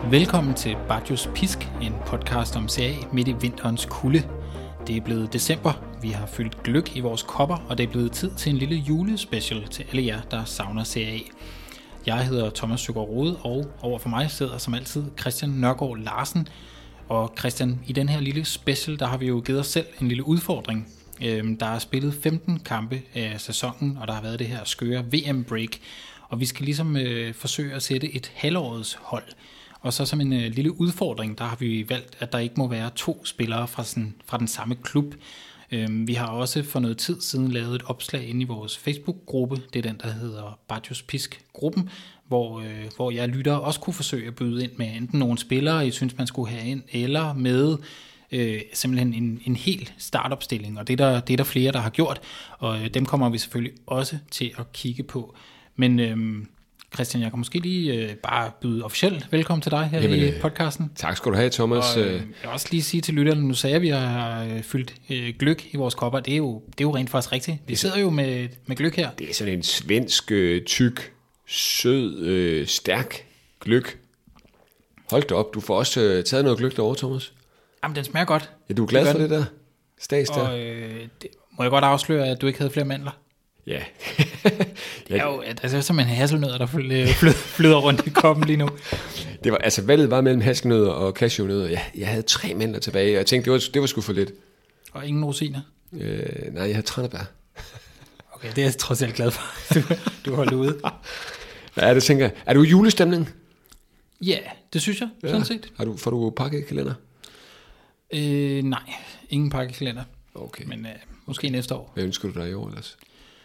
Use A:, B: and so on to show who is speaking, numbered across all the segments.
A: Velkommen til Bajos Pisk, en podcast om Serie A midt i vinterens kulde. Det er blevet december, vi har fyldt gløgg i vores kopper, og det er blevet tid til en lille julespecial til alle jer, der savner Serie A. Jeg hedder Thomas Søgaard Rode, og overfor mig sidder som altid Christian Nørgaard Larsen. Og Christian, i den her lille special, der har vi jo givet os selv en lille udfordring. Der er spillet 15 kampe af sæsonen, og der har været det her skøre VM-break. Og vi skal ligesom forsøge at sætte et halvårets hold. Og så som en lille udfordring, der har vi valgt, at der ikke må være 2 spillere fra den samme klub. Vi har også for noget tid siden lavet et opslag inde i vores Facebook-gruppe. Det er den, der hedder Bajos Pisk-gruppen, hvor jeg lytter også kunne forsøge at byde ind med enten nogle spillere, I synes, man skulle have ind, eller med simpelthen en hel startopstilling. Og det er der flere, der har gjort, og dem kommer vi selvfølgelig også til at kigge på. Men Christian, jeg kan måske lige bare byde officielt velkommen til dig her i podcasten.
B: Tak skal du have, Thomas.
A: Og jeg vil også lige sige til lytterne, nu sagde jeg, at vi har fyldt gløgg i vores kopper. Det er jo rent faktisk rigtigt. Vi sidder jo med gløgg her.
B: Det er sådan en svensk, tyk, sød, stærk gløgg. Hold da op, du får også taget noget gløgg derovre, Thomas.
A: Jamen, den smager godt.
B: Ja, du er glad for det der stads der.
A: Og må jeg godt afsløre, at du ikke havde flere mandler?
B: Ja.
A: Det er jo som en hasselnødder, der flyder rundt i koppen lige nu.
B: Det var, altså valget var mellem hasselnødder og cashewnødder. Jeg havde 3 mandler tilbage, og jeg tænkte, det var sgu for lidt.
A: Og ingen rosiner?
B: Nej, jeg havde tranebær.
A: Okay, det er jeg trods alt glad for. Du holdt ude.
B: Ja, det tænker jeg. Er du i julestemning?
A: Ja, det synes jeg, sådan set.
B: Får du pakkekalender?
A: Nej, ingen pakkekalender.
B: Okay.
A: Men måske næste år.
B: Hvad ønsker du dig i år ellers?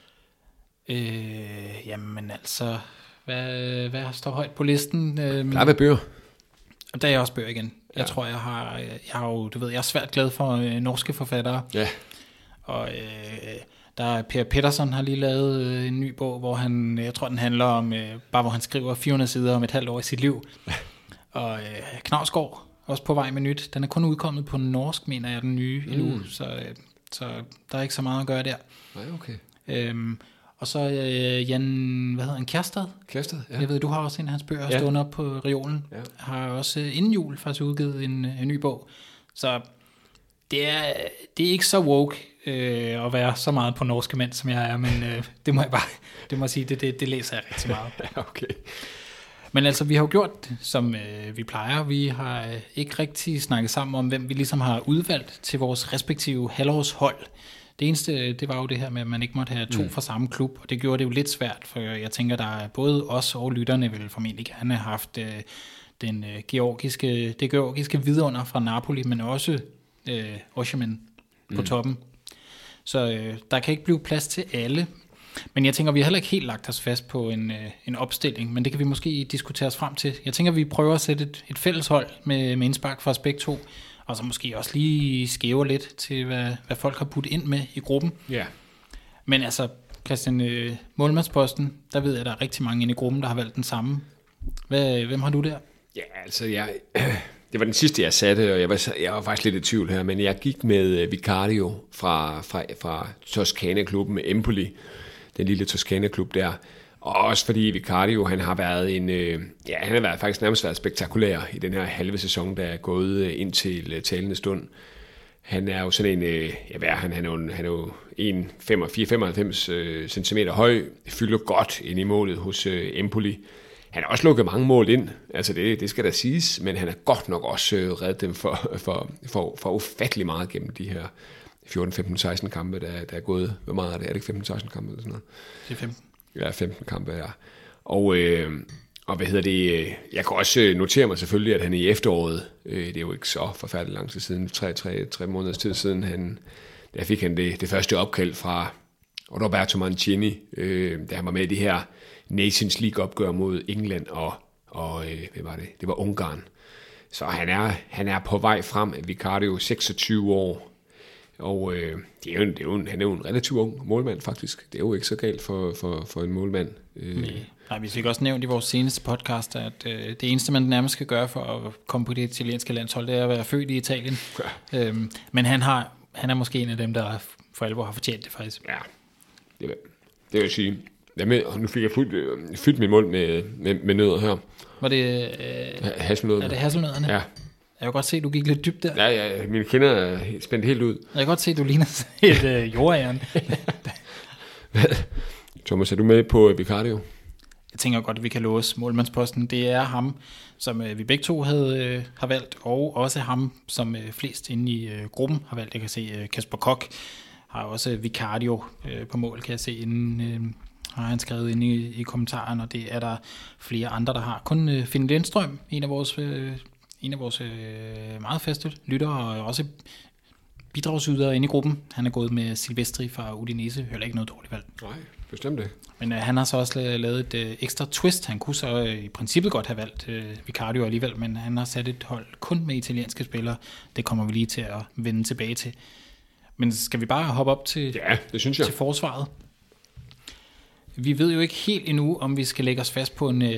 A: Jamen altså, hvad står højt på listen?
B: Der er bøger.
A: Der er jeg også bøger igen. Ja. Jeg tror, jeg har jo, du ved, jeg er svært glad for norske forfattere.
B: Ja. Og
A: der er Per Pettersson har lige lavet en ny bog, hvor jeg tror, den handler om, bare hvor han skriver 400 sider om et halvt år i sit liv. Og Knausgård, også på vej med nyt. Den er kun udkommet på norsk, mener jeg, den nye endnu. Så der er ikke så meget at gøre der.
B: Nej, okay.
A: Og så Jan, hvad hedder han, Kjærstad?
B: Kjærstad, ja.
A: Jeg ved, du har også en af hans bøger stående op på reolen. Ja. Har også inden jul faktisk udgivet en ny bog. Så det er ikke så woke at være så meget på norske mænd, som jeg er, men det må jeg sige, det læser jeg rigtig meget.
B: Okay. Men
A: altså, vi har jo gjort, som vi plejer. Vi har ikke rigtig snakket sammen om, hvem vi ligesom har udvalgt til vores respektive halvårshold. Det eneste, det var jo det her med, at man ikke måtte have 2 fra samme klub, og det gjorde det jo lidt svært, for jeg tænker, der er både os og lytterne vil formentlig gerne have haft det georgiske vidunder fra Napoli, men også Osimhen på toppen. Så der kan ikke blive plads til alle. Men jeg tænker, vi har heller ikke helt lagt os fast på en opstilling, men det kan vi måske diskutere os frem til. Jeg tænker, vi prøver at sætte et fælles hold med indspark fra os begge to, og så måske også lige skæver lidt til, hvad folk har puttet ind med i gruppen.
B: Ja.
A: Men altså, Christian, målmandsposten, der ved jeg, at der er rigtig mange inde i gruppen, der har valgt den samme. Hvem har du der?
B: Ja, altså det var den sidste, jeg satte, og jeg var faktisk lidt i tvivl her, men jeg gik med Vicario fra Toscana-klubben med Empoli, den lille Toscana-klub der. Og også fordi Vicario, han har været faktisk nærmest været spektakulær i den her halve sæson, der er gået ind til talende stund. Han er jo sådan han er jo 1,95 cm høj, fylder godt ind i målet hos Empoli. Han har også lukket mange mål ind, altså det skal der siges, men han har godt nok også reddet dem for ufattelig meget gennem de her 14, 15, 16 kampe, der er gået. Hvor meget er det? Er det ikke 15, 16 kampe eller sådan noget?
A: Det er 15.
B: Ja, 15 kampe, ja. Og hvad hedder det? Jeg kan også notere mig selvfølgelig, at han i efteråret, det er jo ikke så forfærdeligt lang tid siden, 3 måneders tid siden, der fik han det første opkald fra Roberto Mancini, da han var med i det her Nations League-opgør mod England og hvad var det? Det var Ungarn. Så han er på vej frem. Vicario 26 år. Og han er jo en relativt ung målmand faktisk. Det er jo ikke så galt for en målmand.
A: Nej, vi fik også nævnt i vores seneste podcast, at det eneste, man nærmest skal gøre for at komme på det italienske landshold, det er at være født i Italien. Ja. Men han er måske en af dem, der for alvor har fortjent det faktisk.
B: Ja, det vil jeg sige. nu fik jeg fyldt min mund med nødder her.
A: Var det
B: hasselnødderne?
A: Er det hasselnødderne?
B: Ja.
A: Jeg kan godt se, at du gik lidt dybt der.
B: Ja, mine kinder er spændt helt ud.
A: Jeg kan godt se, at du ligner et jordæren.
B: Thomas, er du med på Vicario?
A: Jeg tænker godt, at vi kan låse målmandsposten. Det er ham, som vi begge to har valgt, og også ham, som flest inde i gruppen har valgt. Jeg kan se, Kasper Koch har også Vicario på mål, kan jeg se, inden har han skrevet inde i kommentaren, og det er der flere andre, der har. Kun Finn Lindstrøm, en af vores meget faste lyttere, og også bidragsydere inde i gruppen. Han er gået med Silvestri fra Udinese. Heller ikke noget dårligt valg.
B: Nej, bestemt ikke.
A: Men han har så også lavet et ekstra twist. Han kunne så i princippet godt have valgt Vicario alligevel, men han har sat et hold kun med italienske spillere. Det kommer vi lige til at vende tilbage til. Men skal vi bare hoppe op til,
B: det synes jeg,
A: til forsvaret? Vi ved jo ikke helt endnu, om vi skal lægge os fast på en 4-4-2,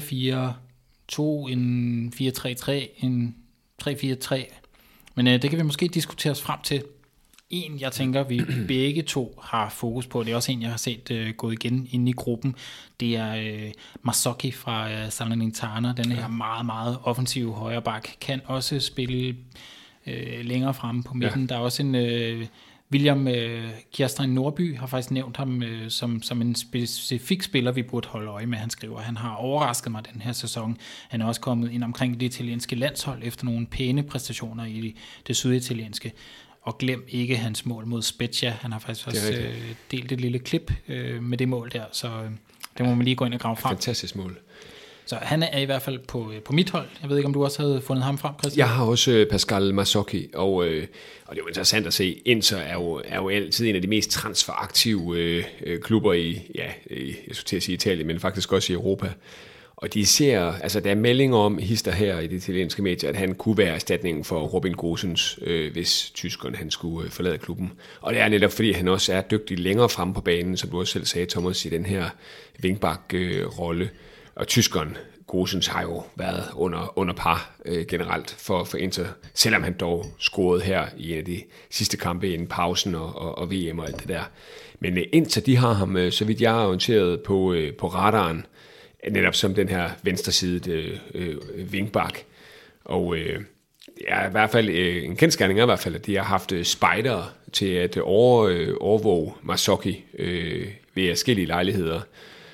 A: en 4-3-3, en 3-4-3. Men det kan vi måske diskutere os frem til. En, jeg tænker, vi begge to har fokus på, det er også en, jeg har set gået igen inde i gruppen, det er Mazzocchi fra Salernitana, den her meget, meget offensive højre bak, kan også spille længere fremme på midten. Ja. Der er også en William Kjærstein Nordby har faktisk nævnt ham som en specifik spiller, vi burde holde øje med. Han skriver, han har overrasket mig den her sæson. Han er også kommet ind omkring det italienske landshold efter nogle pæne præstationer i det syditalienske. Og glem ikke hans mål mod Spezia. Han har faktisk også delt et lille klip med det mål der, så det må man lige gå ind og grave frem.
B: Fantastisk mål.
A: Så han er i hvert fald på mit hold. Jeg ved ikke, om du også havde fundet ham frem, Christian?
B: Jeg har også Pascal Mazzocchi, og det er jo interessant at se. Inter er jo altid en af de mest transferaktive klubber i, jeg skulle til at sige Italien, men faktisk også i Europa. Og de ser, altså der er meldinger om hister her i de italienske medier, at han kunne være erstatningen for Robin Gosens, hvis tyskeren han skulle forlade klubben. Og det er netop fordi, han også er dygtig længere fremme på banen, som du også selv sagde, Thomas, i den her wingback-rolle. Og tyskeren, Gosens, har jo været under par generelt for Inter, selvom han dog scorede her i en af de sidste kampe inden pausen og VM og alt det der. Men Inter, de har ham, så vidt jeg er orienteret på radaren, netop som den her venstresidede wingback. Og i hvert fald en kendsgerning er i hvert fald, at de har haft spejdere til at overvåge Mazzocchi ved forskellige lejligheder.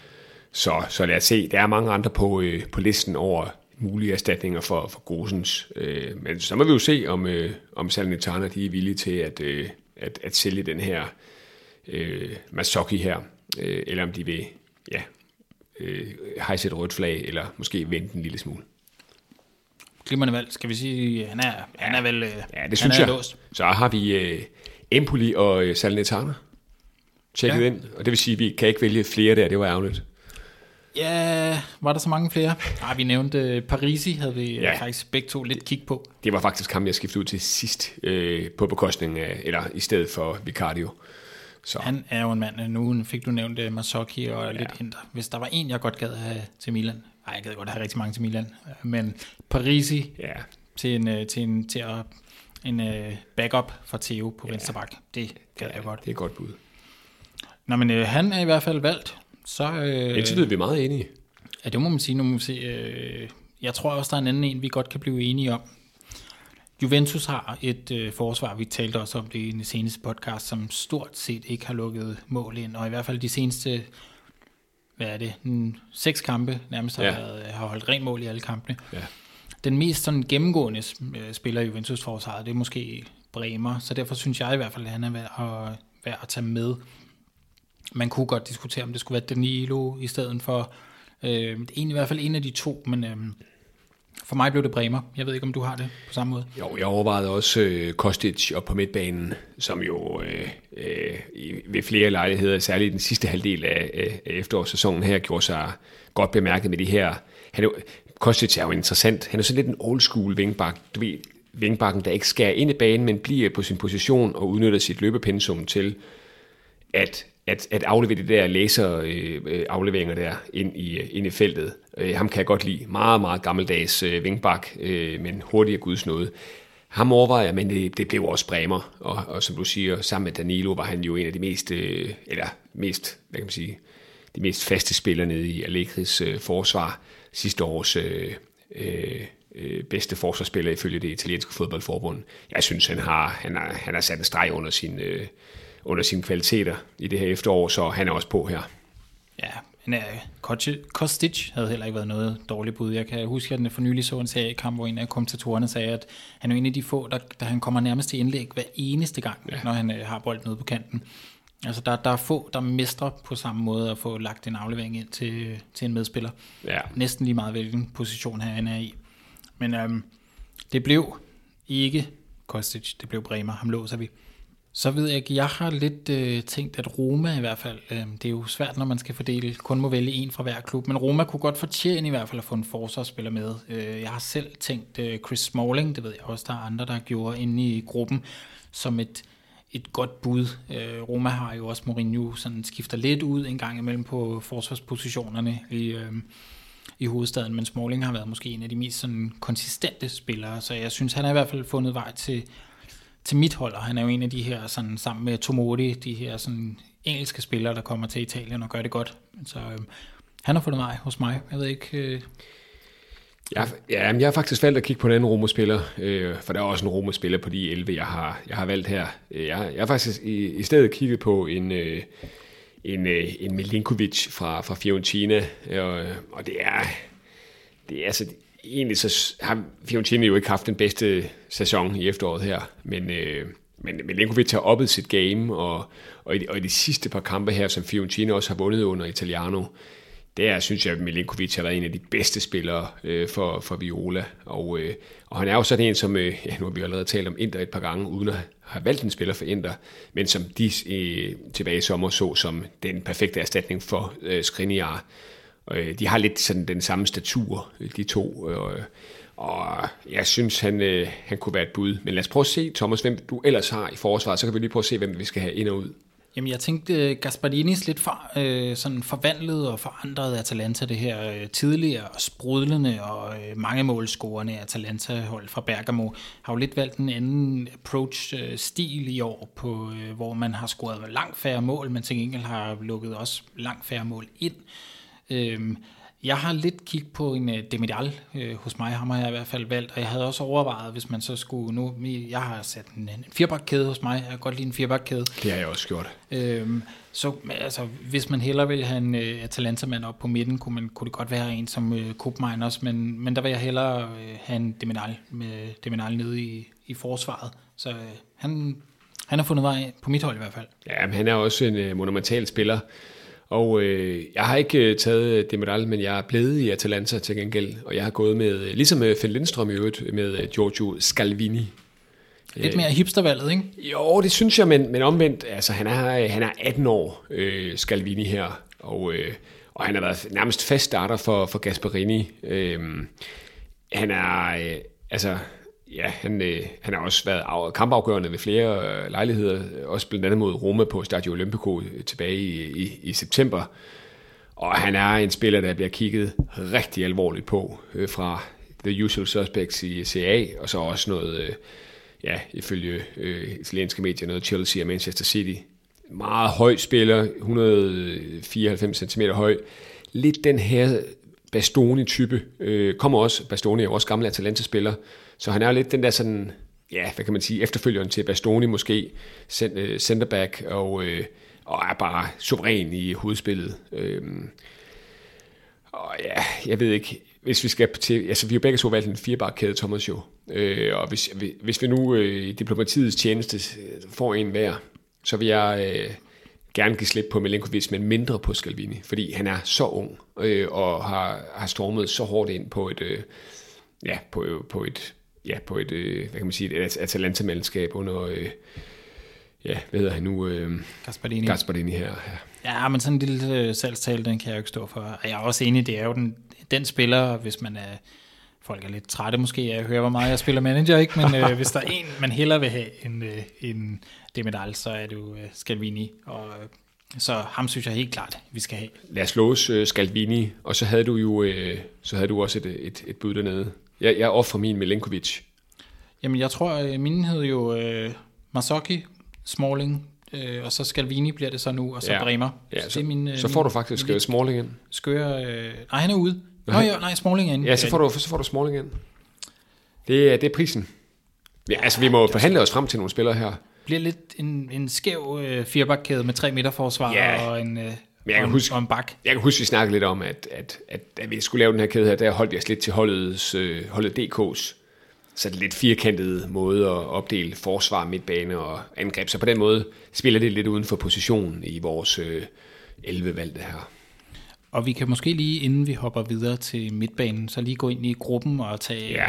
B: Så lad os se, der er mange andre på listen over mulige erstatninger for Gosens. Men så må vi jo se, om Salernitana de er villige til at sælge den her Mazzocchi her, eller om de vil hejse et rødt flag, eller måske vente en lille smule.
A: Glimrende valg, skal vi sige, han er vel
B: det synes jeg. Låst. Så har vi Empoli og Salernitana tjekket ind, og det vil sige, at vi kan ikke vælge flere der, det var ærgerligt.
A: Ja, var der så mange flere? Vi nævnte Parisi, havde vi faktisk begge to lidt kig på.
B: Det var faktisk ham, jeg skiftede ud til sidst på bekostning af, eller i stedet for Vicario. Så. Han
A: er jo en mand. Nu fik du nævnt Mazzocchi og lidt Inter. Hvis der var en, jeg godt gad have til Milan. Nej, jeg gad godt have rigtig mange til Milan. Men Parisi til en backup for Theo på venstre bak. Det gad jeg godt.
B: Det er et godt bud.
A: Nå, men han er i hvert fald valgt. Så
B: indtil vi er meget enige.
A: Ja, det må man sige. Nu må man se. Jeg tror også, der er en anden en, vi godt kan blive enige om. Juventus har et forsvar, vi talte også om det i den seneste podcast, som stort set ikke har lukket mål ind, og i hvert fald de seneste, 6 kampe nærmest har holdt rent mål i alle kampene. Ja. Den mest sådan gennemgående spiller i Juventus forsvaret, det er måske Bremer, så derfor synes jeg i hvert fald, at han er værd at tage med. Man kunne godt diskutere, om det skulle være Danilo i stedet for, i hvert fald en af de to, men for mig blev det Bremer. Jeg ved ikke, om du har det på samme måde.
B: Jo, jeg overvejede også Kostic op på midtbanen, som jo ved flere lejligheder, særligt den sidste halvdel af efterårssæsonen her, gjorde sig godt bemærket med de her. Kostic er jo interessant. Han er sådan lidt en old school wingback. Du ved, wingbacken, der ikke skærer ind i banen, men bliver på sin position og udnytter sit løbepensum til at aflevere de der laserafleveringer der ind i feltet. Ham kan jeg godt lide. Meget, meget gammeldags wingback, men hurtigt Guds nåde. Ham overvejer, men det blev også Bremer. Og som du siger, sammen med Danilo var han jo en af de mest, hvad kan man sige, mest faste spillere nede i Allegris forsvar. Sidste års bedste forsvarsspiller ifølge det italienske fodboldforbund. Jeg synes, han har sat en streg under sine kvaliteter i det her efterår, så han er også på her.
A: Ja, men Kostic havde heller ikke været noget dårligt bud. Jeg kan huske, at den for nylig så en seriekamp, hvor en af kommentatorerne sagde, at han er en af de få, der han kommer nærmest til indlæg hver eneste gang, når han har bolden ude på kanten. Altså der er få, der mestrer på samme måde at få lagt en aflevering ind til en medspiller.
B: Ja.
A: Næsten lige meget, hvilken position han er i. Men det blev ikke Kostic, det blev Bremer. Ham låser vi. Så ved jeg ikke, jeg har lidt tænkt, at Roma i hvert fald, det er jo svært, når man skal fordele, kun må vælge en fra hver klub, men Roma kunne godt fortjene i hvert fald at få en forsvarsspiller med. Jeg har selv tænkt Chris Smalling, det ved jeg også, der er andre, der gjorde inde i gruppen, som et godt bud. Roma har jo også Mourinho, sådan skifter lidt ud en gang imellem på forsvarspositionerne i hovedstaden, men Smalling har været måske en af de mest sådan konsistente spillere, så jeg synes, han har i hvert fald fundet vej til mit hold, og han er jo en af de her, sådan, sammen med Tomori, de her sådan, engelske spillere, der kommer til Italien og gør det godt. Så han har fundet vej hos mig. Jeg ved ikke...
B: Jeg har faktisk valgt at kigge på en anden Roma-spiller, for der er også en Roma-spiller på de 11, jeg har valgt her. Jeg har faktisk i stedet kigget på en Milinkovic fra Fiorentina, og det er altså... Egentlig så har Fiorentina jo ikke haft den bedste sæson i efteråret her, men Milinkovic har oppet sit game, og i de sidste par kampe her, som Fiorentina også har vundet under Italiano, der synes jeg, at Milinkovic har været en af de bedste spillere for Viola, og han er jo sådan en, som, nu har vi allerede talt om Inter et par gange, uden at have valgt en spiller for Inter, men som de tilbage i sommer så som den perfekte erstatning for Skriniar. De har lidt sådan den samme statur, de to, og jeg synes, han kunne være et bud. Men lad os prøve at se, Thomas, hvem du ellers har i forsvaret, så kan vi lige prøve at se, hvem vi skal have ind og ud.
A: Jamen, jeg tænkte Gasparinis lidt sådan forvandlet og forandret Atalanta, det her tidligere sprudlende og mange målscorende Atalanta-hold fra Bergamo, har jo lidt valgt en anden approach-stil i år, hvor man har scoret langt færre mål, men til gengæld har lukket også langt færre mål ind. Jeg har lidt kigget på en Demiral hos mig, ham har jeg i hvert fald valgt, og jeg havde også overvejet, hvis man så skulle jeg har sat en firebakkæde hos mig, jeg kan godt lide en firebakkæde.
B: Det har jeg også gjort.
A: Så altså, hvis man hellere vil have en Atalanta-mand op på midten, kunne det godt være en som Koopmeier også, men der vil jeg hellere have en Demiral nede i forsvaret, så han har fundet vej på mit hold i hvert fald.
B: Ja, men han er også en monumental spiller. Og jeg har ikke taget Demiral, men jeg er blevet i Atalanta til gengæld, og jeg har gået med, ligesom Finn Lindstrøm i øvrigt, med Giorgio Scalvini.
A: Lidt mere hipstervalget, ikke?
B: Jo, det synes jeg, men omvendt, altså han er 18 år, Scalvini her, og han har været nærmest fast starter for Gasperini. Han er, han har også været kampafgørende ved flere lejligheder, også blandt andet mod Roma på Stadio Olimpico tilbage i september. Og han er en spiller, der bliver kigget rigtig alvorligt på fra The Usual Suspects i CA, og så også noget, ifølge italienske medier, noget Chelsea og Manchester City. Meget høj spiller, 194 cm høj. Lidt den her Bastoni-type. Bastoni er jo også gammel Atalanta-spiller, så han er jo lidt den der sådan, hvad kan man sige, efterfølgeren til Bastoni måske, centerback, og er bare suveræn i hovedspillet. Og ja, jeg ved ikke, hvis vi skal til, altså vi har begge så valgt en firebakkæde, Thomas jo, og hvis vi nu i diplomatiets tjeneste får en hver, så vil jeg gerne give slip på Milinkovic, men mindre på Scalvini, fordi han er så ung, og har stormet så hårdt ind på et hvad kan man sige, et Atalanta-mandskab under, hvad hedder han nu? Gasparini her.
A: Ja, men sådan en lille salgstale, den kan jeg jo ikke stå for. Og jeg er også enig, det er jo den spiller, hvis man er, folk er lidt trætte måske af at høre, hvor meget jeg spiller manager, ikke? Men hvis der er en, man hellere vil have en Demiral, så er det jo Scalvini, og så ham synes jeg helt klart, vi skal have.
B: Lad os låse Scalvini, og så havde du jo også et bud dernede. Jeg offrer min Milinkovic.
A: Jamen, jeg tror, min hed jo Mazzocchi, Smalling, og så Scalvini bliver det så nu, og så Bremer.
B: Ja, så får du faktisk Smalling ind.
A: Skøre... nej, han er ude. Smalling er inde.
B: Ja, så får du Smalling ind. Det er prisen. Ja, altså vi må forhandle os frem til nogle spillere her.
A: Bliver lidt en skæv firebakkæde med 3 meter forsvar og en...
B: og en bak. Jeg kan huske, vi snakkede lidt om, at vi skulle lave den her kæde her, der holdt vi os lidt til holdet DK's, så det er lidt firkantede måde at opdele forsvar, midtbane og angreb. Så på den måde spiller det lidt uden for position i vores 11 valgte her. Og vi kan måske lige, inden vi hopper videre til midtbanen, så lige gå ind i gruppen og tage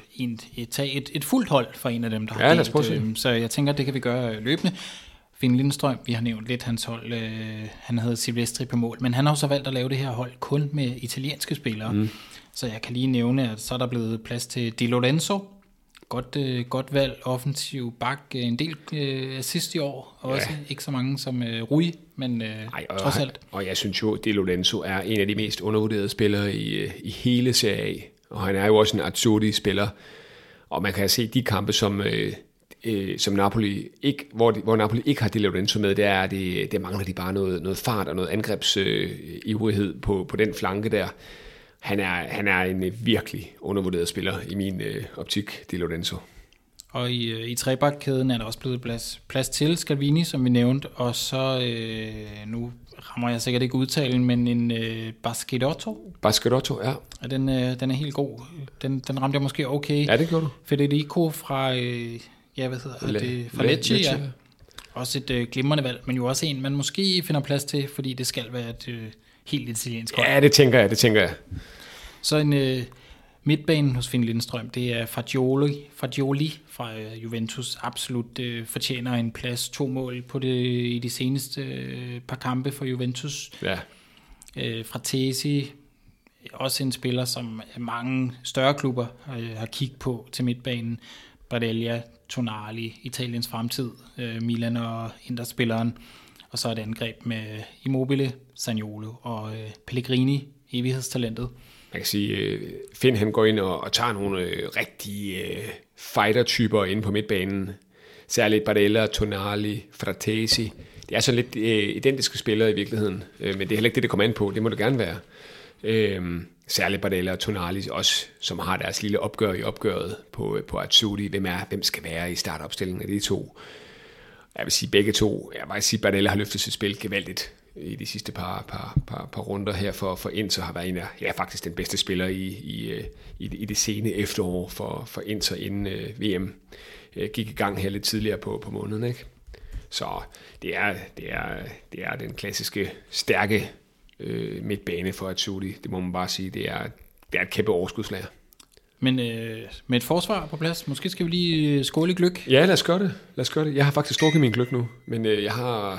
B: et fuldt hold for en af dem, der har delt. Så jeg tænker, det kan vi gøre løbende. Finn Lindstrøm, vi har nævnt lidt hans hold, han havde Silvestri på mål, men han har jo så valgt at lave det her hold kun med italienske spillere. Så jeg kan lige nævne, at så er der blevet plads til Di Lorenzo, godt valg, offensiv bak, en del assist i år, også ikke så mange som Rui, men trods alt. Og jeg synes jo, at Di Lorenzo er en af de mest undervurderede spillere i hele Serie A, og han er jo også en Azzurri-spiller, og man kan se de kampe, som Napoli ikke, hvor Napoli ikke har Di Lorenzo med, det mangler de bare noget fart og noget angrebsivrighed på den flanke der. Han er en virkelig undervurderet spiller i min optik, Di Lorenzo. Og i trebakkæden er der også blevet plads til Scalvini, som vi nævnte, og så nu rammer jeg sikkert ikke udtalen, men en Baschedotto. Baschedotto, ja. Og den er helt god. Den ramte jeg måske okay. Ja, det gjorde du. Federico fra fra Lecce, ja. Også et glimrende valg, men jo også en, man måske finder plads til, fordi det skal være et helt italiensk hold. Ja, det tænker jeg. Så en midtbanen hos Finn Lindstrøm, det er Fagioli fra Juventus, absolut fortjener en plads, 2 mål på i de seneste par kampe for Juventus. Ja. Fratesi, også en spiller, som mange større klubber har kigget på til midtbanen. Barella, Tonali, Italiens fremtid, Milan og Inter-spilleren. Og så et angreb med Immobile, Zaniolo og Pellegrini, evighedstalentet. Man kan sige, Finn han går ind og tager nogle rigtige fighter-typer inde på midtbanen. Særligt Barella, Tonali, Fratesi. Det er sådan lidt identiske spillere i virkeligheden, men det er heller ikke det, det kommer an på. Det må det gerne være. Særligt Barella og Tonali også, som har deres lille opgør i opgøret på Azzurri. Hvem skal være i startopstillingen af de to? Jeg vil sige begge to. Jeg vil sige, Barella har løftet sit spil gevaldigt i de sidste par runder her for Inter, har været en af faktisk den bedste spiller i det sene efterår for Inter inden VM gik i gang her lidt tidligere på måneden, ikke? Så det er den klassiske stærke midtbane for Azzurri. Det må man bare sige. Det er et kæmpe overskudslager. Men med et forsvar på plads, måske skal vi lige skåle i gløgg? Ja, lad os gøre det. Jeg har faktisk drukket min gløgg nu, men jeg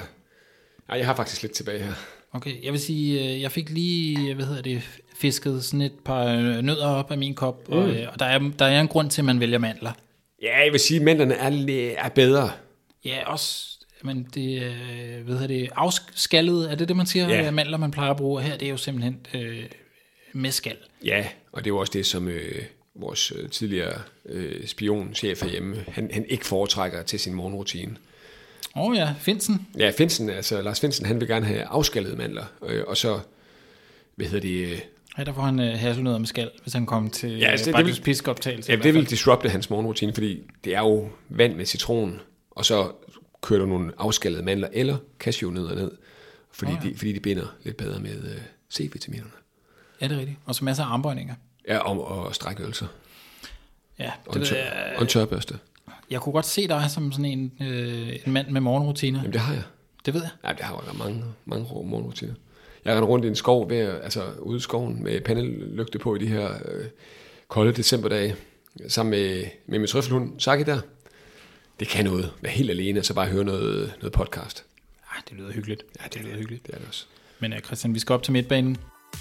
B: har faktisk lidt tilbage her. Okay, jeg vil sige, jeg fik lige, fisket sådan et par nødder op af min kop, og der er en grund til, at man vælger mandler. Ja, jeg vil sige, at mandlerne er bedre. Ja, også, men det, afskallet, er det man siger? Ja. Mandler, man plejer at bruge her, det er jo simpelthen med skal. Ja, og det er jo også det, som vores tidligere spionchef herhjemme, han ikke foretrækker til sin morgenrutine. Ja, Finsen. Ja, Finsen, altså Lars Finsen, han vil gerne have afskallede mandler, og så, Ja, der får han hasselnødder med skal, hvis han kommer til Brækkels piskoptagelse. Ja, det vil disrupte hans morgenrutine, fordi det er jo vand med citron, og så kører du nogle afskallede mandler eller cashewnødder ned, fordi de binder lidt bedre med C-vitaminerne. Ja, det er rigtigt. Og så masser af armbøjninger. Ja, og strækøvelser. Ja, det og en tørbørste. Jeg kunne godt se dig som sådan en mand med morgenrutiner. Jamen, det har jeg. Det ved jeg. Ja, det har jeg mange morgenrutiner. Jeg render rundt i en skov, ude i skoven med pandelygte på i de her kolde decemberdage, sammen med min trøffelhund, Saki der. Det kan noget. Være helt alene, og så bare høre noget podcast. Ja, det lyder hyggeligt. Ja, det lyder hyggeligt. Det er det også. Men Christian, vi skal op til midtbanen.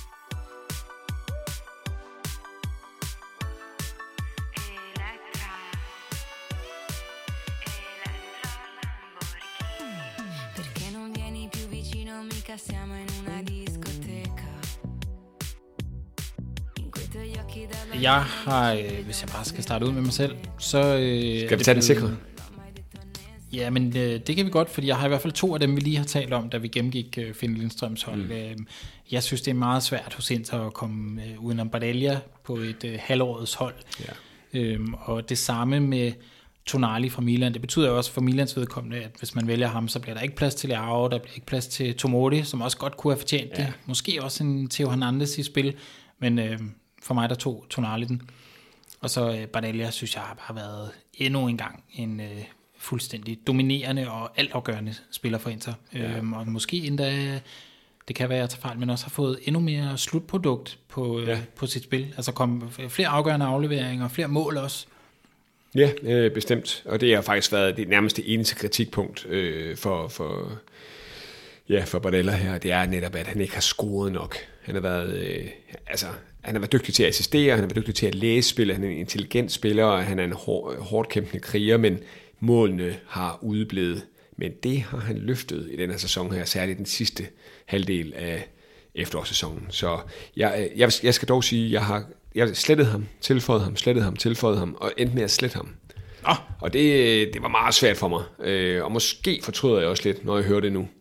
B: Jeg har, hvis jeg bare skal starte ud med mig selv, så... Skal vi tage den sikre?
A: Ja, men det kan vi godt, fordi jeg har i hvert fald 2 af dem, vi lige har talt om, da vi gennemgik Finn Lindstrøms hold. Jeg synes, det er meget svært hos Inter at komme udenom Barella på et halvårets hold. Ja. Og det samme med Tonali fra Milan. Det betyder også for Milans vedkommende, at hvis man vælger ham, så bliver der ikke plads til Leao, der bliver ikke plads til Tomori, som også godt kunne have fortjent det. Måske også en Theo Hernandez i spil, men for mig der tog Tonali den. Og så Barella, synes jeg, har bare været endnu en gang en fuldstændig dominerende og altafgørende spiller for Inter. Og måske endda, det kan være, at jeg tager fejl, men også har fået endnu mere slutprodukt på sit spil. Altså kom flere afgørende afleveringer, flere mål også.
B: Ja, bestemt. Og det har faktisk været det nærmeste eneste kritikpunkt for Barella her. Det er netop, at han ikke har scoret nok. Han har været dygtig til at assistere, han har været dygtig til at læse spil, han er en intelligent spiller, og han er en hårdt kæmpende kriger, men målene har udeblevet. Men det har han løftet i den her sæson her, særligt den sidste halvdel af efterårssæsonen. Så jeg skal dog sige, jeg slettede ham, tilføjede ham, og endte med at slette ham. Og det var meget svært for mig. Og måske fortryder jeg også lidt, når jeg hører det nu.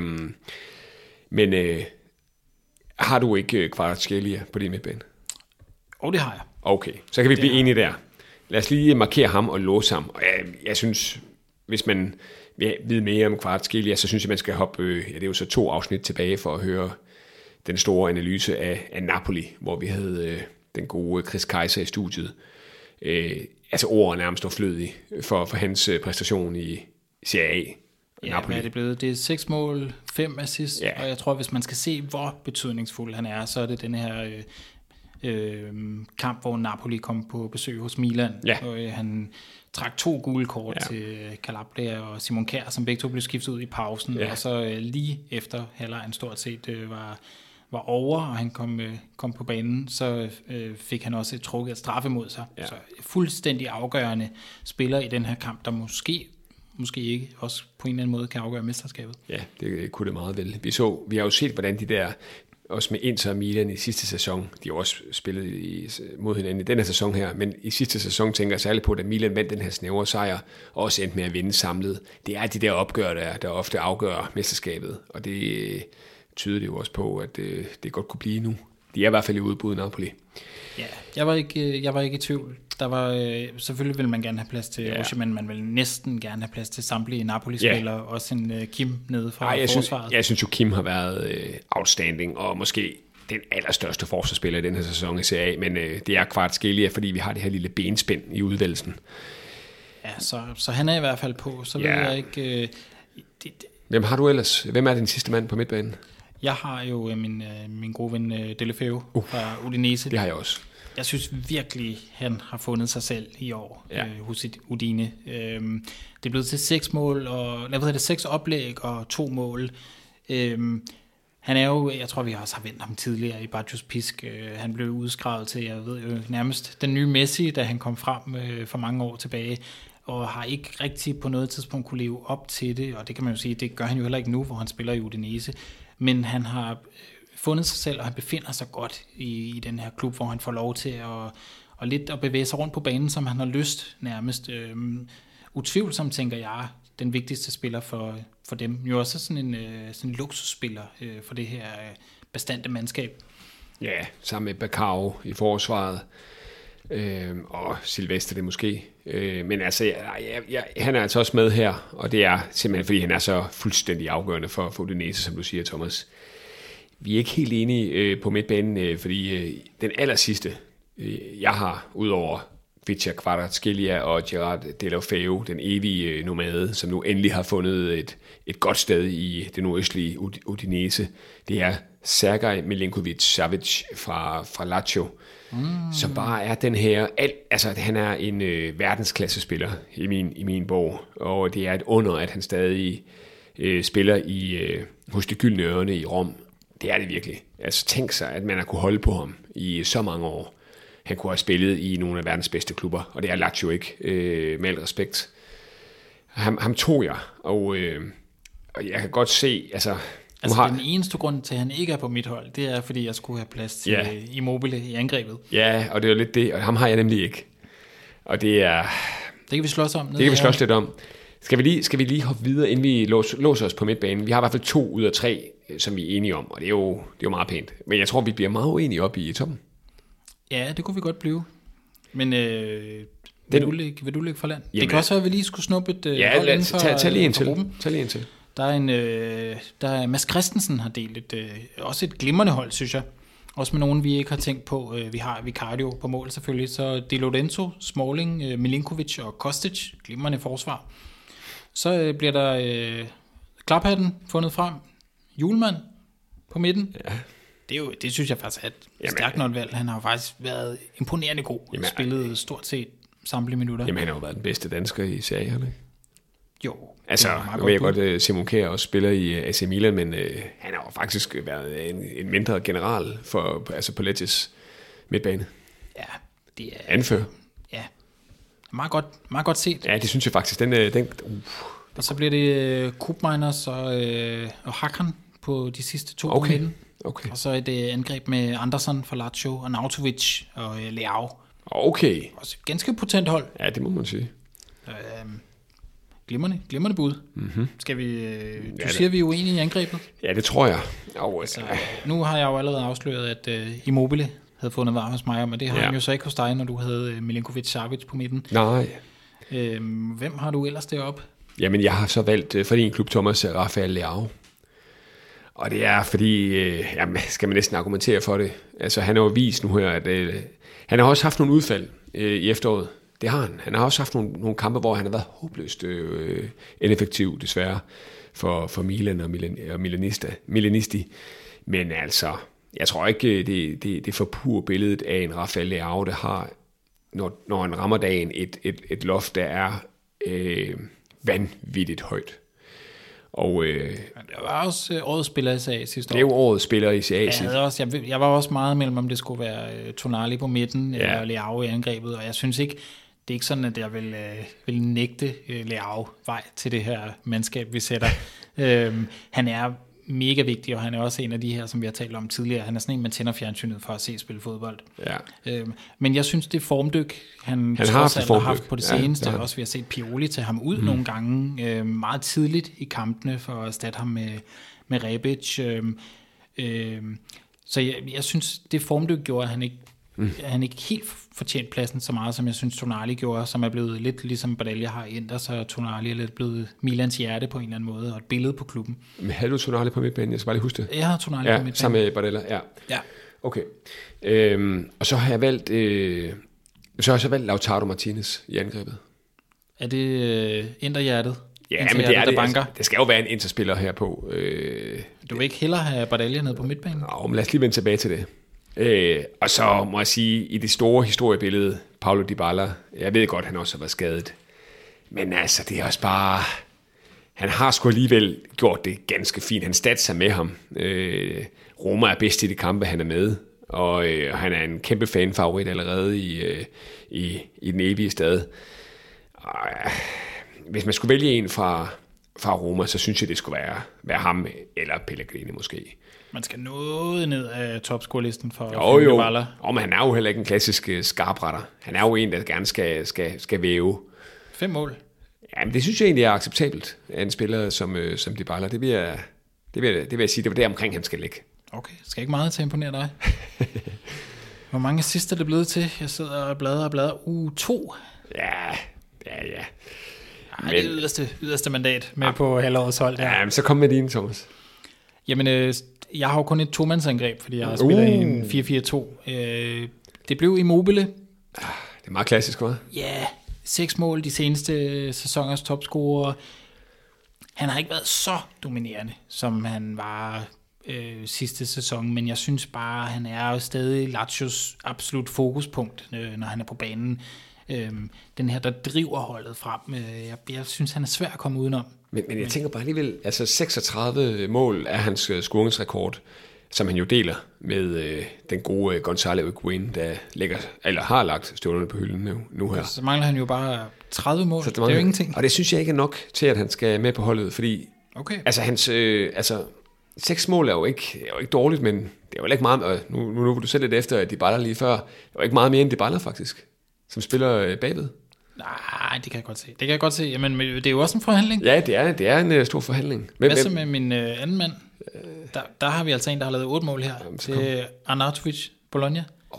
B: Men har du ikke Kvaratskhelia på din midtbane?
A: Det har jeg.
B: Okay, så kan vi blive enige der. Lad os lige markere ham og låse ham. Og jeg synes, hvis man vil vide mere om Kvaratskhelia, så synes jeg, man skal hoppe, det er jo så 2 afsnit tilbage for at høre den store analyse af Napoli, hvor vi havde den gode Chris Kaiser i studiet. Ord er nærmest overflødig for hans præstation i Serie A.
A: Napoli. Hvad er det blevet? Det er 6 mål, 5 assist, og jeg tror, hvis man skal se, hvor betydningsfuld han er, så er det den her kamp, hvor Napoli kom på besøg hos Milan, og han trak 2 gule kort til Calabria og Simon Kjær, som begge 2 blev skiftet ud i pausen, og så lige efter halvlegen stort set var over, og han kom på banen, så fik han også trukket et straffe mod sig. Så fuldstændig afgørende spiller i den her kamp, der måske ikke også på en eller anden måde kan afgøre mesterskabet. Ja,
B: det kunne det meget vel. Vi har jo set, hvordan de der, også med Inter og Milan i sidste sæson, de har også spillet mod hinanden i den her sæson her, men i sidste sæson tænker jeg særligt på, at Milan vandt den her snævre sejr, og også endte med at vinde samlet. Det er de der opgør, der ofte afgør mesterskabet, og det tyder det jo også på, at det godt kunne blive nu. De er i hvert fald i udbud Napoli.
A: Ja, jeg var ikke i tvivl. Der var selvfølgelig vil man gerne have plads til Osimhen, man vil næsten gerne have plads til samtlige Napoli-spillere, også en Kim nede fra forsvaret. Jeg
B: synes jo, Kim har været outstanding, og måske den allerstørste forsvarsspiller i den her sæson i Serie A, men det er Kvaratskhelia, fordi vi har det her lille benspænd i udvælgelsen.
A: Ja, så han er i hvert fald på. Så ved jeg ikke...
B: Hvem har du ellers? Hvem er den sidste mand på midtbanen?
A: Jeg har jo min gode ven Deulofeu fra Udinese.
B: Det har jeg også.
A: Jeg synes virkelig, han har fundet sig selv i år hos sit Udine. Det er blevet til 6 mål, og 6 oplæg og 2 mål. Han er jo, jeg tror vi også har vendt ham tidligere i Bajos Pisk. Han blev udskrevet til, jeg ved jo nærmest den nye Messi, da han kom frem for mange år tilbage, og har ikke rigtig på noget tidspunkt kunne leve op til det, og det kan man jo sige, det gør han jo heller ikke nu, hvor han spiller i Udinese. Men han har fundet sig selv, og han befinder sig godt i den her klub, hvor han får lov til at bevæge sig rundt på banen, som han har lyst nærmest. Utvivlsomt, tænker jeg, den vigtigste spiller for dem. Jo også sådan en luksusspiller for det her bestandte mandskab.
B: Ja, sammen med Bakao i forsvaret, og Silvestre det måske. Men altså, han er altså også med her, og det er simpelthen, fordi han er så fuldstændig afgørende for Udinese, som du siger, Thomas. Vi er ikke helt enige på midtbanen, fordi den allersidste, jeg har, udover Vicha Kvaratskhelia og Gerard Deulofeu, den evige nomade, som nu endelig har fundet et godt sted i det nordøstlige Udinese, det er Sergej Milinkovic-Savic fra Lazio, som bare er den her, han er en verdensklassespiller i min bog, og det er et under, at han stadig spiller hos de gyldne ørne i Rom. Det er det virkelig. Altså tænk sig, at man har kunne holde på ham i så mange år. Han kunne have spillet i nogle af verdens bedste klubber, og det er Lazio ikke, med al respekt. Ham tog jeg, og jeg kan godt se,
A: den eneste grund til, at han ikke er på mit hold, det er, fordi jeg skulle have plads til Immobile i angrebet.
B: Ja, og det er lidt det, og ham har jeg nemlig ikke. Og det er...
A: Det kan vi slås om.
B: Det kan vi slås lidt om. Skal vi lige hoppe videre, inden vi låser os på midtbanen? Vi har i hvert fald 2 ud af 3, som vi er enige om, og det er jo meget pænt. Men jeg tror, vi bliver meget uenige oppe i toppen.
A: Ja, det kunne vi godt blive. Men vil du lægge for land? Jamen, det kan også være, at vi lige skulle snuppe et hold inden for
B: tag lige en til.
A: gruppen.
B: Tag lige en til.
A: Der er Mads Christensen har delt også et glimrende hold, synes jeg. Også med nogen, vi ikke har tænkt på. Vi har Vicario på mål selvfølgelig. Så Di Lorenzo, Smalling, Milinkovic og Kostic. Glimrende forsvar. Så bliver der klaphatten fundet frem. Hjulmand på midten. Ja. Det synes jeg faktisk er et stærkt nok valg. Han har jo faktisk været imponerende god. Spillet stort set samtlige minutter.
B: Jamen han har jo været den bedste dansker i serien, ikke?
A: Jo.
B: Altså, nu ved jeg godt, Simon Kjær også spiller i AC Milan, men han har jo faktisk været en mindre general på Lecces midtbane.
A: Ja, det er...
B: Anfører.
A: Ja, meget godt set.
B: Ja, det synes jeg faktisk.
A: Og så bliver det Koopmeiners og Hakan på de sidste 2 på midten.
B: Okay.
A: Og så et angreb med Andersson for Lazio og Nautovic og Leao.
B: Okay.
A: Også et ganske potent hold.
B: Ja, det må man sige.
A: Glimrende bud.
B: Mm-hmm.
A: Skal vi... siger, vi er uenige i angrebet?
B: Ja, det tror jeg.
A: Så, nu har jeg jo allerede afsløret, at Immobile havde fundet var hos mig, men det har han jo så ikke hos dig, når du havde Milinkovic-Savic på midten.
B: Nej.
A: Hvem har du ellers deroppe?
B: Jamen, jeg har så valgt for din klub, Thomas, Rafael Leao. Og det er fordi, skal man næsten argumentere for det. Altså, han har jo vist nu her, at han har også haft nogle udfald i efteråret. Det har han. Han har også haft nogle kampe, hvor han har været håbløst ineffektiv, desværre, for Milan og Milanisti. Men altså, jeg tror ikke, det er for pur billedet af en Rafael Leao, der har, når han rammer dagen, et loft, der er vanvittigt højt. Og
A: det var også årets spiller i CA sidste år.
B: Det er jo årets spiller i CA.
A: Jeg var også meget mellem, om det skulle være Tonali på midten eller Leao i angrebet, og jeg synes ikke, det er ikke sådan, at jeg vil nægte Leao vej til det her mandskab, vi sætter. Han er mega vigtig, og han er også en af de her, som vi har talt om tidligere. Han er sådan en, man tænder fjernsynet for at se spille fodbold. Ja. Men jeg synes, det formdyk, han har haft på det seneste, også vi har set Pioli tage ham ud nogle gange, meget tidligt i kampene, for at erstatte ham med Rebic. Så jeg synes, det formdyk gjorde, at han ikke helt fortjent pladsen så meget, som jeg synes Tonali gjorde, som er blevet lidt ligesom Barella har ændret sig, og Tonali er lidt blevet Milans hjerte på en eller anden måde, og et billede på klubben.
B: Men havde du Tonali på midtbanen? Jeg skal bare lige huske det.
A: Jeg har Tonali på midtbanen.
B: Sammen med Barella, ja. Okay. Og så har jeg valgt Lautaro Martinez i angrebet.
A: Er det Interhjertet?
B: Ja, men det er det. Altså, det skal jo være en interspiller her på.
A: Du vil ikke hellere have Barella ned på midtbanen?
B: Men lad os lige vende tilbage til det. Og så må jeg sige, i det store historiebillede, Paulo Dybala, jeg ved godt, han også har været skadet, men altså, det er også bare, han har sgu alligevel gjort det ganske fint. Han statser med ham. Roma er bedst i de kampe, han er med, og han er en kæmpe fanfavorit allerede i den evige stad. Og, hvis man skulle vælge en fra Roma, så synes jeg, det skulle være ham, eller Pellegrini måske.
A: Man skal noget ned af topscorelisten for
B: Dybala. Men han er jo heller ikke en klassisk skarpretter. Han er jo en, der gerne skal væve.
A: 5 mål.
B: Ja, men det synes jeg egentlig er acceptabelt af en spiller som Dybala. Det vil jeg sige, det var der omkring, han skal ligge.
A: Okay, skal ikke meget til at imponere dig. Hvor mange sidst er det blevet til? Jeg sidder og bladrer. 2.
B: Ja.
A: Men det er yderste mandat med på halvårets hold der.
B: Ja, men så kom med dine, Thomas.
A: Jamen, jeg har jo kun et tomandsangreb, fordi jeg spiller i en 4-4-2. Det blev Immobile.
B: Det er meget klassisk, hva'?
A: Ja, 6 mål de seneste sæsoners topscorer. Han har ikke været så dominerende, som han var sidste sæson, men jeg synes bare, han er stadig Lazios absolut fokuspunkt, når han er på banen. Den her, der driver holdet frem. Jeg synes, han er svær at komme udenom.
B: Men jeg tænker bare alligevel, altså 36 mål er hans scoringsrekord, som han jo deler med den gode Gonzalo Higuain, der har lagt støvlerne på hylden nu her.
A: Så mangler han jo bare 30 mål. Det er jo ingenting.
B: Og det synes jeg ikke er nok til, at han skal med på holdet, fordi altså hans 6 mål er jo ikke dårligt, men det er jo ikke meget. Nu vil du selv lidt efter Dybala lige før. Det er jo ikke meget mere end Dybala faktisk, som spiller bagved.
A: Nej, det kan jeg godt se. Jamen, det er jo også en forhandling.
B: Ja, det er en stor forhandling.
A: Hvad så med min anden mand? Der har vi altså en, der har lavet 8 mål her. Det er Arnautovic, Bologna.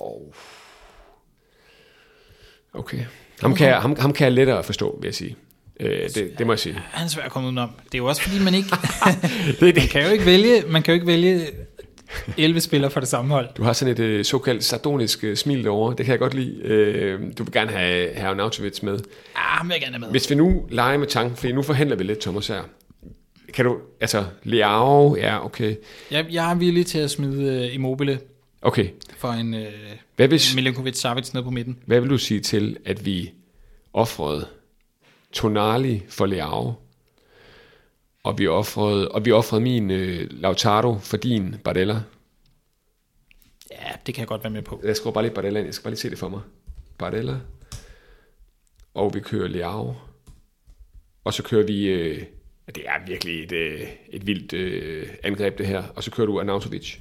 B: Okay. Ham kan jeg lettere forstå, vil jeg sige. Det må jeg sige.
A: Han er svær at komme udenom. Det er jo også fordi, man ikke... man kan jo ikke vælge 11 spillere for det samme hold.
B: Du har sådan et såkaldt sardonisk smil derovre. Det kan jeg godt lide. Du vil gerne have Arnautovic med.
A: Ham vil jeg gerne have med.
B: Hvis vi nu leger med tanken, fordi nu forhandler vi lidt, Thomas, her. Kan du... Altså, Leao, ja, okay.
A: Jeg er villig til at smide Immobile.
B: Okay.
A: For en Milinkovic-Savic ned på midten.
B: Hvad vil du sige til, at vi offrede Tonali for Leao, og vi offrede min Lautaro for din Bardella?
A: Ja, det kan jeg godt være med på.
B: Jeg skriver bare lige Bardella ind. Jeg skal bare lige se det for mig. Bardella. Og vi kører Leao. Og så kører vi... det er virkelig et vildt angreb, det her. Og så kører du Arnautovic.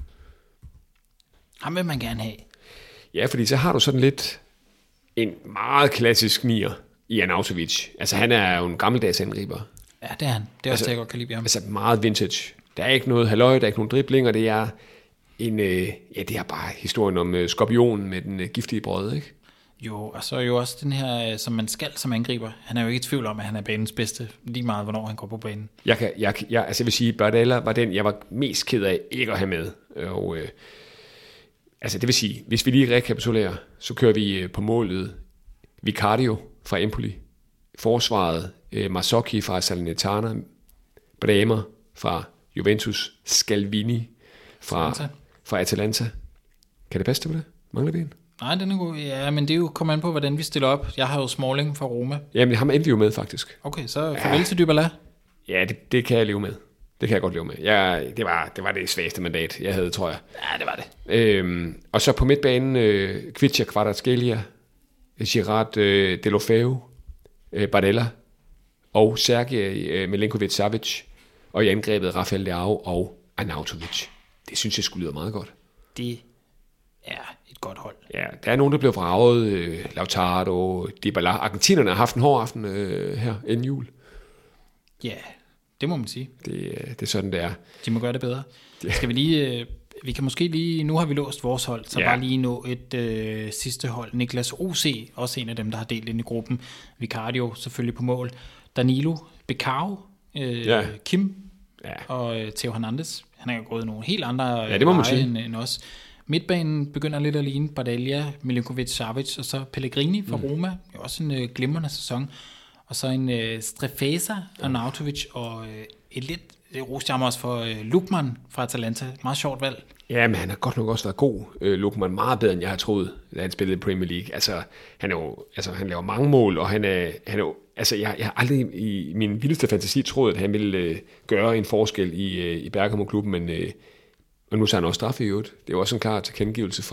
A: Ham vil man gerne have.
B: Ja, fordi så har du sådan lidt en meget klassisk nier i Arnautovic. Altså, han er jo en gammeldags angriber.
A: Ja, det er han. Det er også det, jeg godt kan lide ham.
B: Altså, meget vintage. Der er ikke noget halløj, der er ikke nogen driblinger. Det er det er bare historien om skorpionen med den giftige brød, ikke?
A: Jo, og så er jo også den her, som man skal som angriber. Han er jo ikke i tvivl om, at han er banens bedste, lige meget, hvornår han går på banen.
B: Jeg vil sige, Bardella var den, jeg var mest ked af ikke at have med. Og altså, det vil sige, hvis vi lige rekapitulerer, så kører vi på målet Vicario fra Empoli, forsvaret Mazzocchi fra Salernitana, Bremer fra Juventus, Scalvini fra Atalanta. Kan det passe til det? Mangler vi en?
A: Nej, den er god. Ja, men det er jo kommet an på, hvordan vi stiller op. Jeg har jo Smalling fra Roma.
B: Jamen, ham endte vi jo med, faktisk.
A: Okay, så farvel til Dybala.
B: Ja, det kan jeg leve med. Det kan jeg godt leve med. Det var det svageste mandat, jeg havde, tror jeg.
A: Ja, det var det.
B: Og så på midtbanen, Kvicia Kvaratskhelia, Girard Deulofeu, Bardella og Sergej Milinkovic-Savic, og i angrebet Rafael Leao og Arnautovic. Det synes jeg skulle lyde meget godt.
A: Det er et godt hold.
B: Ja, der er nogen, der blev vraget. Lautaro, Dybala. Argentinerne har haft en hård aften her inden jul.
A: Ja, det må man sige.
B: Det er sådan, det er.
A: De må gøre det bedre. Ja. Skal vi lige... Vi kan måske lige... Nu har vi låst vores hold, så bare lige nå et sidste hold. Niklas O.C., også en af dem, der har delt ind i gruppen. Vicario selvfølgelig på mål. Danilo, Becao, Kim og Theo Hernandez. Han er jo gået nogle helt andre veje end os. Midtbanen begynder lidt at ligne Bardella, Milinkovic-Savic og så Pellegrini fra Roma. Det er også en glimrende sæson. Og så en Strefeza, Arnautovic og et lidt rosjammer også for Lukman fra Atalanta. Meget sjovt valg.
B: Ja, men han har godt nok også været god. Lukman meget bedre, end jeg har troet, da han spillede i Premier League. Altså, han laver mange mål, og han er jo... Altså, jeg har aldrig i min vildeste fantasi troet, at han ville gøre en forskel i Bergamo-klubben, men nu så han også straffe i øvrigt. Det er jo også en klar tilkendegivelse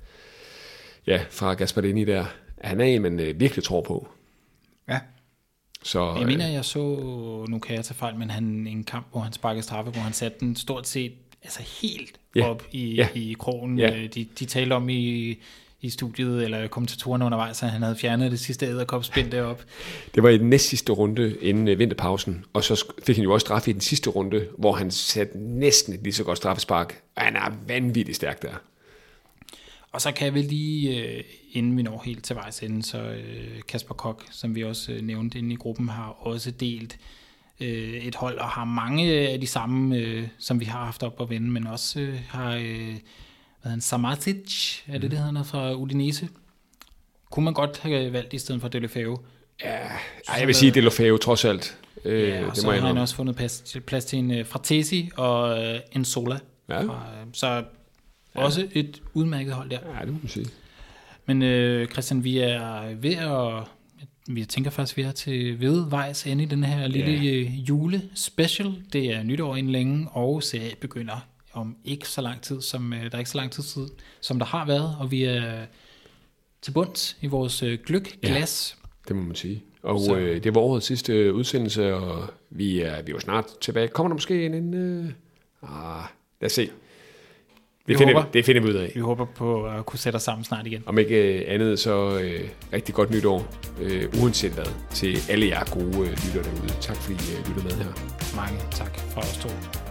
B: fra Gasparini der. Han er en, man virkelig tror på.
A: Ja.
B: Så,
A: jeg mener, jeg så, nu kan jeg tage fejl, men en kamp, hvor han sparkede straffe, hvor han satte den stort set helt op i krogen.
B: Ja.
A: De talte om i studiet, eller kommentatorerne undervejs, at han havde fjernet det sidste edderkopspind deroppe.
B: Det var i den næst sidste runde inden vinterpausen, og så fik han jo også straffe i den sidste runde, hvor han satte næsten et lige så godt straffespark, og han er vanvittigt stærk der.
A: Og så kan vi lige, inden vi når helt til vejs ende, så Kasper Koch, som vi også nævnte inde i gruppen, har også delt et hold, og har mange af de samme, som vi har haft op at vende, men også har Samatic, er det hedder, fra Udinese. Kunne man godt have valgt i stedet for Deulofeu?
B: Ja, jeg vil sige Deulofeu trods alt.
A: Og det så har han også fundet plads til en Fratesi og en Sola.
B: Ja.
A: Så også et udmærket hold der.
B: Ja, det må man sige.
A: Men Christian, vi er ved at... Vi tænker faktisk, vi er til vedvejs ende i den her lille julespecial. Det er nytår inden længe, og serie begynder om ikke så lang tid, som der er ikke så lang tid siden, som der har været, og vi er til bunds i vores gløgg-glas.
B: Ja, det må man sige. Og det var årets sidste udsendelse, og vi er jo snart tilbage. Kommer der måske en lad os se. Det finder vi ud af.
A: Vi håber på at kunne sætte os sammen snart igen.
B: Om ikke andet, så rigtig godt nytår, uanset hvad, til alle jer gode lytter derude. Tak fordi I lytter med her.
A: Mange tak fra os to.